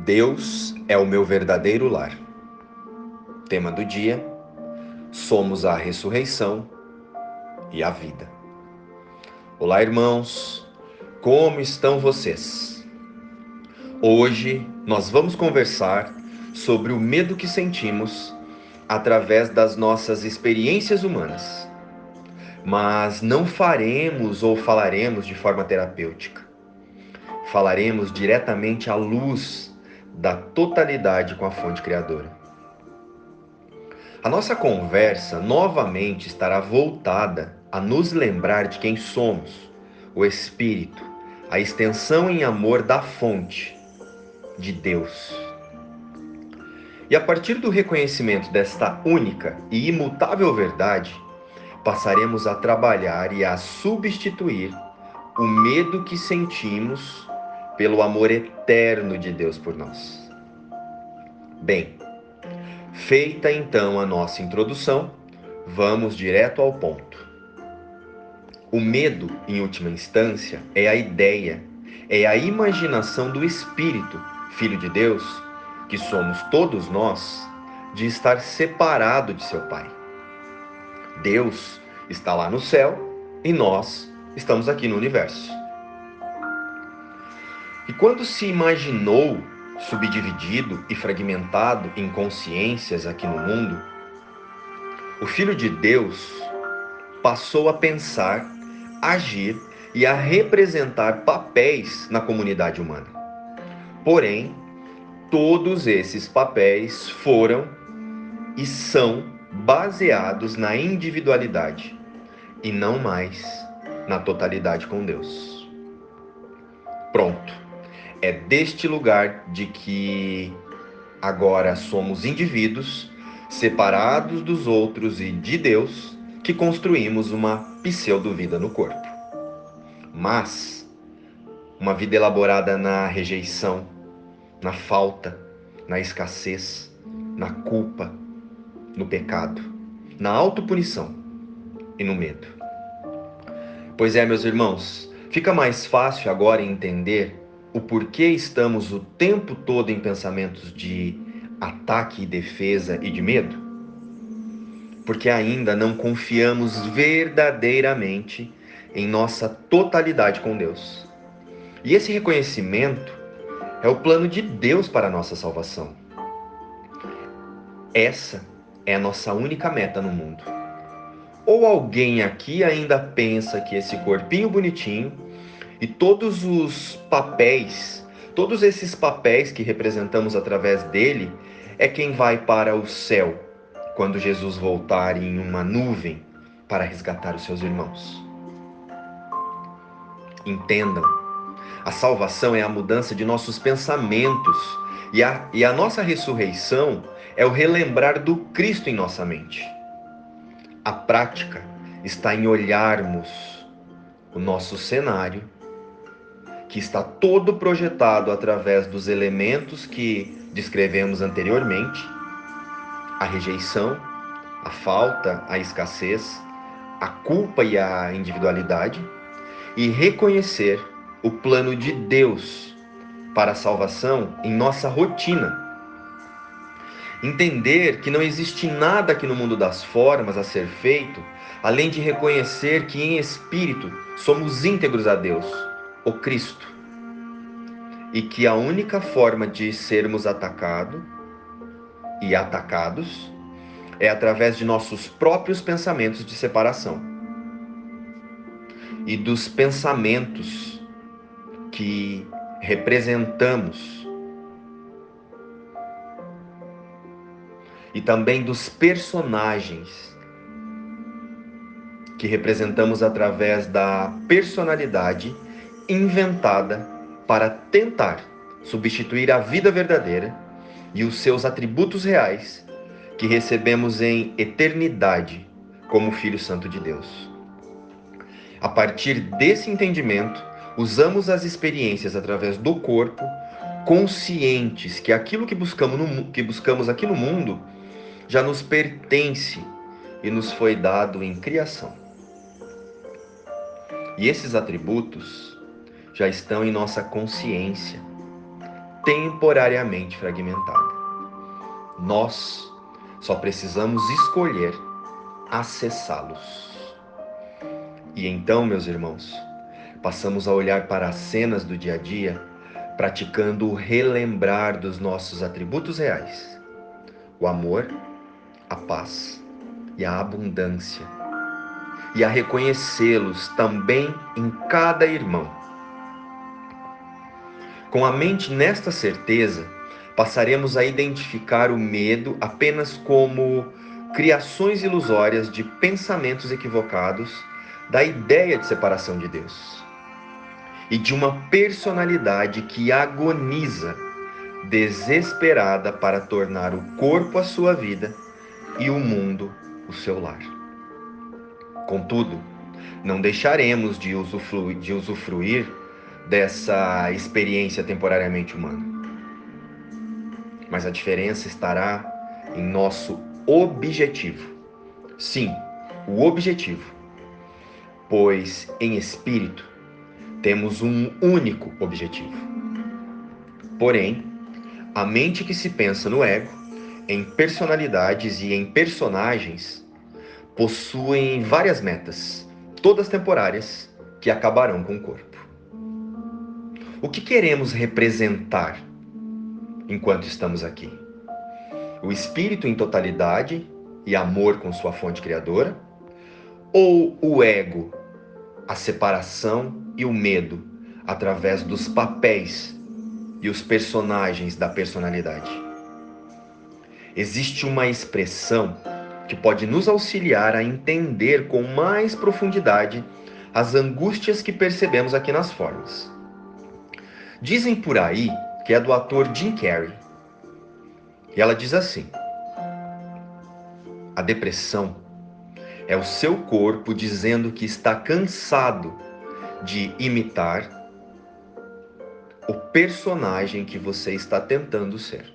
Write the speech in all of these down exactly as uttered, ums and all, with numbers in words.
Deus é o meu verdadeiro lar. Tema do dia: somos a ressurreição e a vida. Olá, irmãos, como estão vocês? Hoje nós vamos conversar sobre o medo que sentimos através das nossas experiências humanas, mas não faremos ou falaremos de forma terapêutica. Falaremos diretamente à luz da totalidade com a fonte criadora. A nossa conversa novamente estará voltada a nos lembrar de quem somos, o Espírito, a extensão em amor da fonte, de Deus. E a partir do reconhecimento desta única e imutável verdade, passaremos a trabalhar e a substituir o medo que sentimos pelo amor eterno de Deus por nós. Bem, feita então a nossa introdução, vamos direto ao ponto. O medo, em última instância, é a ideia, é a imaginação do Espírito, Filho de Deus, que somos todos nós, de estar separado de seu Pai. Deus está lá no céu e nós estamos aqui no universo. E quando se imaginou subdividido e fragmentado em consciências aqui no mundo, o Filho de Deus passou a pensar, agir e a representar papéis na comunidade humana. Porém, todos esses papéis foram e são baseados na individualidade e não mais na totalidade com Deus. Pronto. É deste lugar de que agora somos indivíduos separados dos outros e de Deus que construímos uma pseudo-vida no corpo. Mas uma vida elaborada na rejeição, na falta, na escassez, na culpa, no pecado, na autopunição e no medo. Pois é, meus irmãos, fica mais fácil agora entender o porquê estamos o tempo todo em pensamentos de ataque e defesa e de medo? Porque ainda não confiamos verdadeiramente em nossa totalidade com Deus. E esse reconhecimento é o plano de Deus para a nossa salvação. Essa é a nossa única meta no mundo. Ou alguém aqui ainda pensa que esse corpinho bonitinho e todos os papéis, todos esses papéis que representamos através dele, é quem vai para o céu quando Jesus voltar em uma nuvem para resgatar os seus irmãos. Entendam, a salvação é a mudança de nossos pensamentos e a, e a nossa ressurreição é o relembrar do Cristo em nossa mente. A prática está em olharmos o nosso cenário, que está todo projetado através dos elementos que descrevemos anteriormente, a rejeição, a falta, a escassez, a culpa e a individualidade, e reconhecer o plano de Deus para a salvação em nossa rotina. Entender que não existe nada aqui no mundo das formas a ser feito, além de reconhecer que em espírito somos íntegros a Deus, o Cristo, e que a única forma de sermos atacados e atacados é através de nossos próprios pensamentos de separação e dos pensamentos que representamos e também dos personagens que representamos através da personalidade inventada para tentar substituir a vida verdadeira e os seus atributos reais que recebemos em eternidade como Filho Santo de Deus. A partir desse entendimento, usamos as experiências através do corpo, conscientes que aquilo que buscamos, no, que buscamos aqui no mundo já nos pertence e nos foi dado em criação. E esses atributos já estão em nossa consciência, temporariamente fragmentada. Nós só precisamos escolher acessá-los. E então, meus irmãos, passamos a olhar para as cenas do dia a dia, praticando o relembrar dos nossos atributos reais: o amor, a paz e a abundância, e a reconhecê-los também em cada irmão. Com a mente nesta certeza, passaremos a identificar o medo apenas como criações ilusórias de pensamentos equivocados da ideia de separação de Deus e de uma personalidade que agoniza, desesperada para tornar o corpo a sua vida e o mundo o seu lar. Contudo, não deixaremos de usufruir, de usufruir dessa experiência temporariamente humana. Mas a diferença estará em nosso objetivo. Sim, o objetivo. Pois em espírito temos um único objetivo. Porém, a mente que se pensa no ego, em personalidades e em personagens, possuem várias metas, todas temporárias, que acabarão com o corpo. O que queremos representar enquanto estamos aqui? O espírito em totalidade e amor com sua fonte criadora? Ou o ego, a separação e o medo através dos papéis e os personagens da personalidade? Existe uma expressão que pode nos auxiliar a entender com mais profundidade as angústias que percebemos aqui nas formas. Dizem por aí que é do ator Jim Carrey. E ela diz assim: a depressão é o seu corpo dizendo que está cansado de imitar o personagem que você está tentando ser.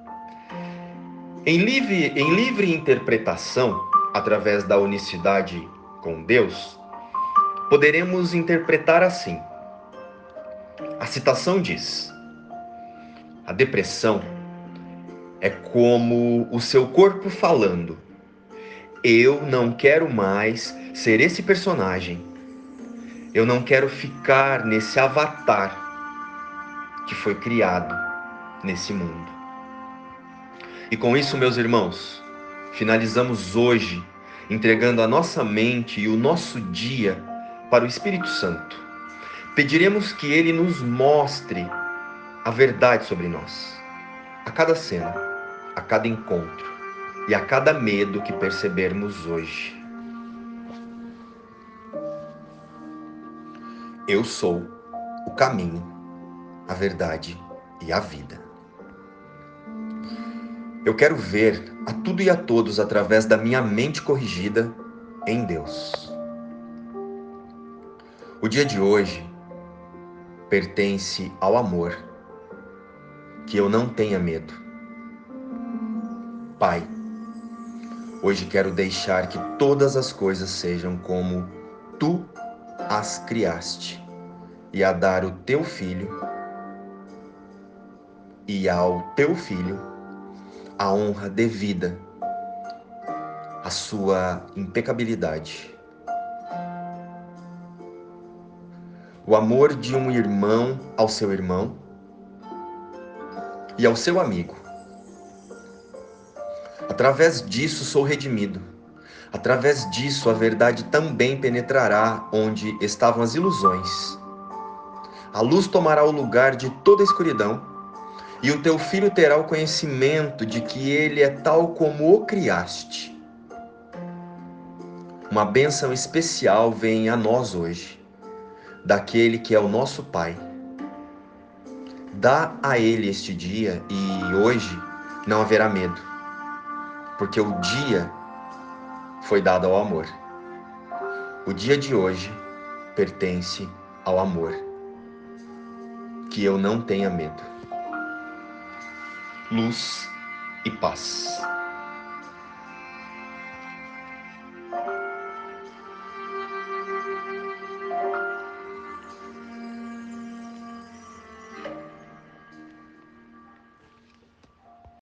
Em livre, em livre interpretação, através da unicidade com Deus, poderemos interpretar assim. A citação diz: a depressão é como o seu corpo falando: eu não quero mais ser esse personagem. Eu não quero ficar nesse avatar que foi criado nesse mundo. E com isso, meus irmãos, finalizamos hoje entregando a nossa mente e o nosso dia para o Espírito Santo. Pediremos que Ele nos mostre a verdade sobre nós, a cada cena, a cada encontro e a cada medo que percebermos hoje. Eu sou o caminho, a verdade e a vida. Eu quero ver a tudo e a todos através da minha mente corrigida em Deus. O dia de hoje pertence ao amor, que eu não tenha medo. Pai, hoje quero deixar que todas as coisas sejam como Tu as criaste, e a dar o Teu Filho, e ao Teu Filho, a honra devida, a sua impecabilidade. O amor de um irmão ao seu irmão e ao seu amigo. Através disso sou redimido. Através disso a verdade também penetrará onde estavam as ilusões. A luz tomará o lugar de toda a escuridão, e o teu filho terá o conhecimento de que ele é tal como o criaste. Uma bênção especial vem a nós hoje, daquele que é o nosso Pai. Dá a ele este dia e hoje não haverá medo, porque o dia foi dado ao amor. O dia de hoje pertence ao amor. Que eu não tenha medo. Luz e paz.